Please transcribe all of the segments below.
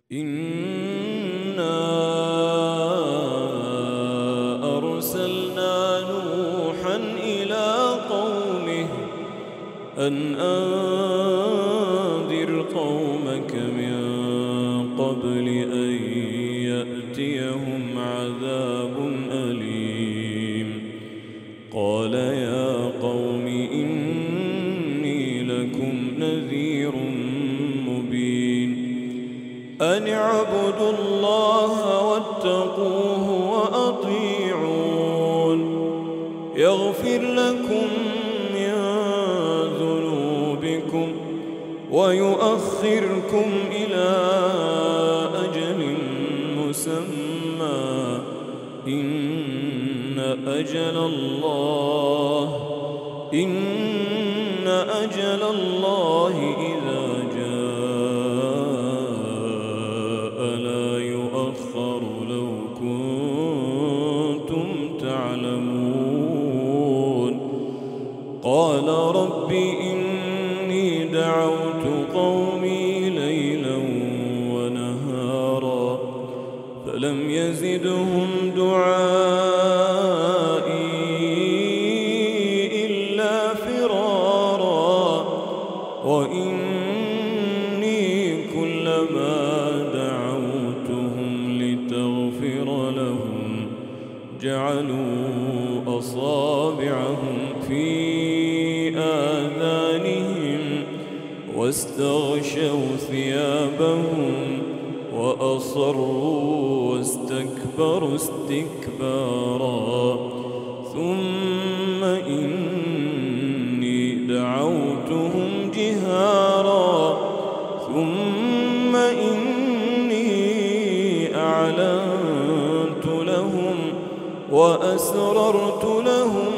إنا أرسلنا نوحا إلى قومه أن أنذر قومك من قبل أن يأتيهم عذاب أليم. قال يا قوم إني لكم نذير مبين أن اعبدوا الله واتقوه وأطيعون يغفر لكم من ذنوبكم ويؤخركم إلى أجل مسمى إن أجل الله إذا جاء لا يؤخر لو كنتم تعلمون. قال رب إني دعوت قومي ليلا ونهارا فلم يزدهم دعائي إلا فرارا وإني كلما دعوتهم لتغفر لهم جعلوا أصابعهم في آذانهم واستغشوا ثيابهم وأصروا واستكبروا استكبارا ثم إني دعوتهم جهارا ثم إني أعلنت لهم وأسررت لهم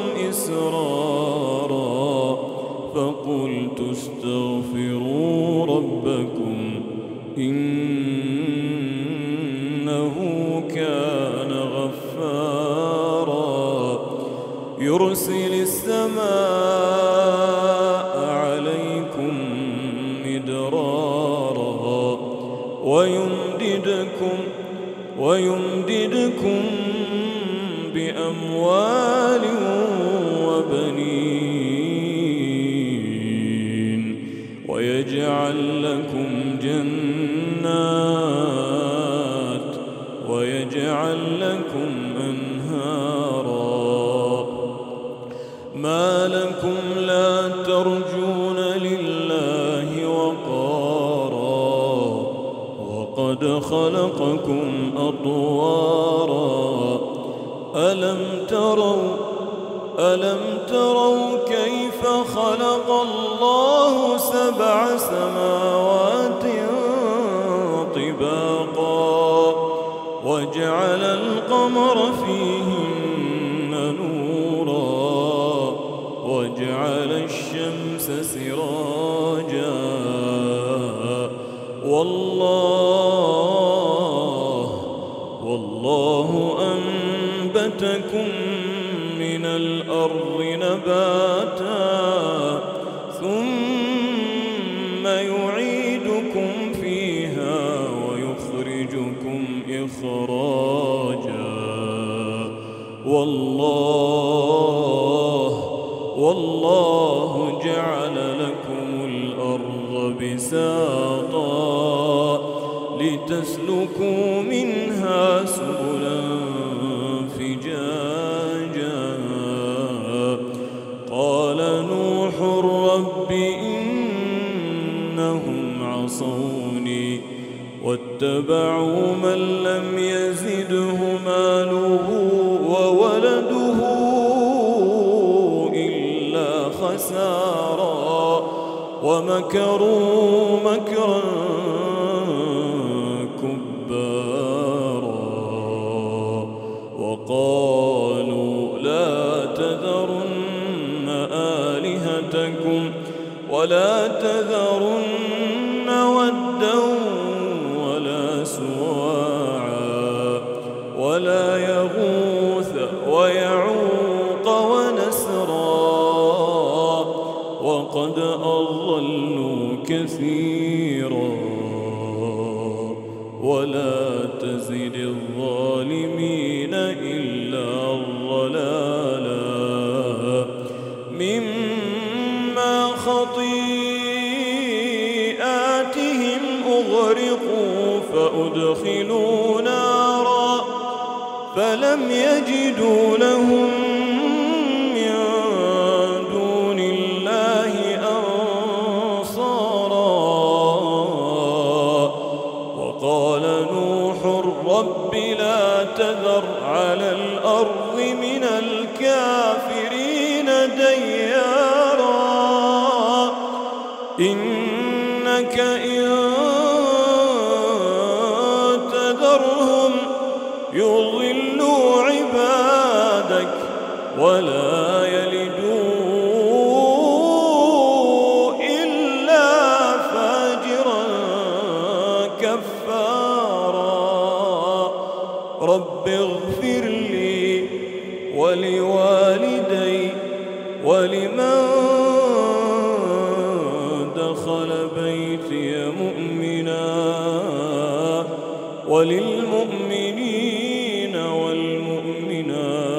إسرارا فقلت استغفروا ربكم إنه كان غفارا يرسل السماء عليكم مدرارا ويمددكم بأموال وبنين ويجعل لكم جنات ويجعل لكم أنهارا. ما لكم لا ترجون لله وقارا وقد خلقكم أطوارا ألم تروا كيف خلق الله 7 سماوات طباقا وجعل القمر فيهن نورا وجعل الشمس سراجا والله أنبتكم من الأرض نباتا ثم يعيدكم فيها ويخرجكم إخراجا والله جعل لكم الأرض بساطا لتسلكوا منها سبلا فجاجا. قال نوح رب إنهم عصوني واتبعوا من لم يزده ماله وولده إلا خسارا ومكروا مكرا كبارا وقالوا لا تذرن آلهتكم ولا تذرن ودا ولا سواعا ولا يغوث ويعوق ونسرا وقد أضلوا كثيرا. ولا تزد الظالمين إلا ضلالا مما خطيئاتهم أغرقوا فأدخلوا نارا فلم يجدوا لهم من دون الله أنصارا وقال نوح رب لا تذر على الأرض من الكافرين ديارا إنك إن تذرهم يضلوا عبادك ولا يلدوا إلا فاجرا كفارا رب اغفر لي ولوالدي ولمن دخل بيتي مؤمنا وللمؤمنين والمؤمنات